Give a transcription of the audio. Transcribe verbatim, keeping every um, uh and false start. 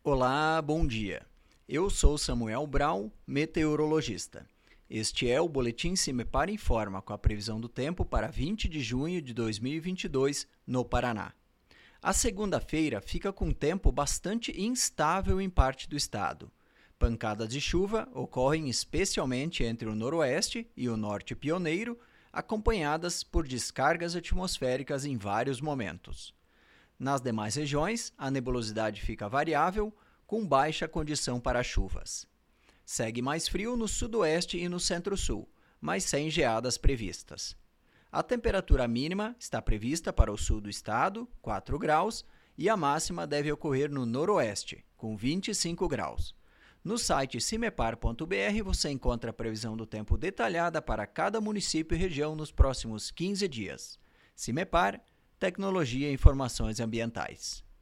Olá, bom dia. Eu sou Samuel Brown, meteorologista. Este é o Boletim Cimepar Informa com a previsão do tempo para vinte de junho de dois mil e vinte e dois, no Paraná. A segunda-feira fica com tempo bastante instável em parte do estado. Pancadas de chuva ocorrem especialmente entre o noroeste e o norte pioneiro, acompanhadas por descargas atmosféricas em vários momentos. Nas demais regiões, a nebulosidade fica variável, com baixa condição para chuvas. Segue mais frio no sudoeste e no centro-sul, mas sem geadas previstas. A temperatura mínima está prevista para o sul do estado, quatro graus, e a máxima deve ocorrer no noroeste, com vinte e cinco graus. No site cimepar ponto b r você encontra a previsão do tempo detalhada para cada município e região nos próximos quinze dias. Cimepar, Tecnologia e Informações Ambientais.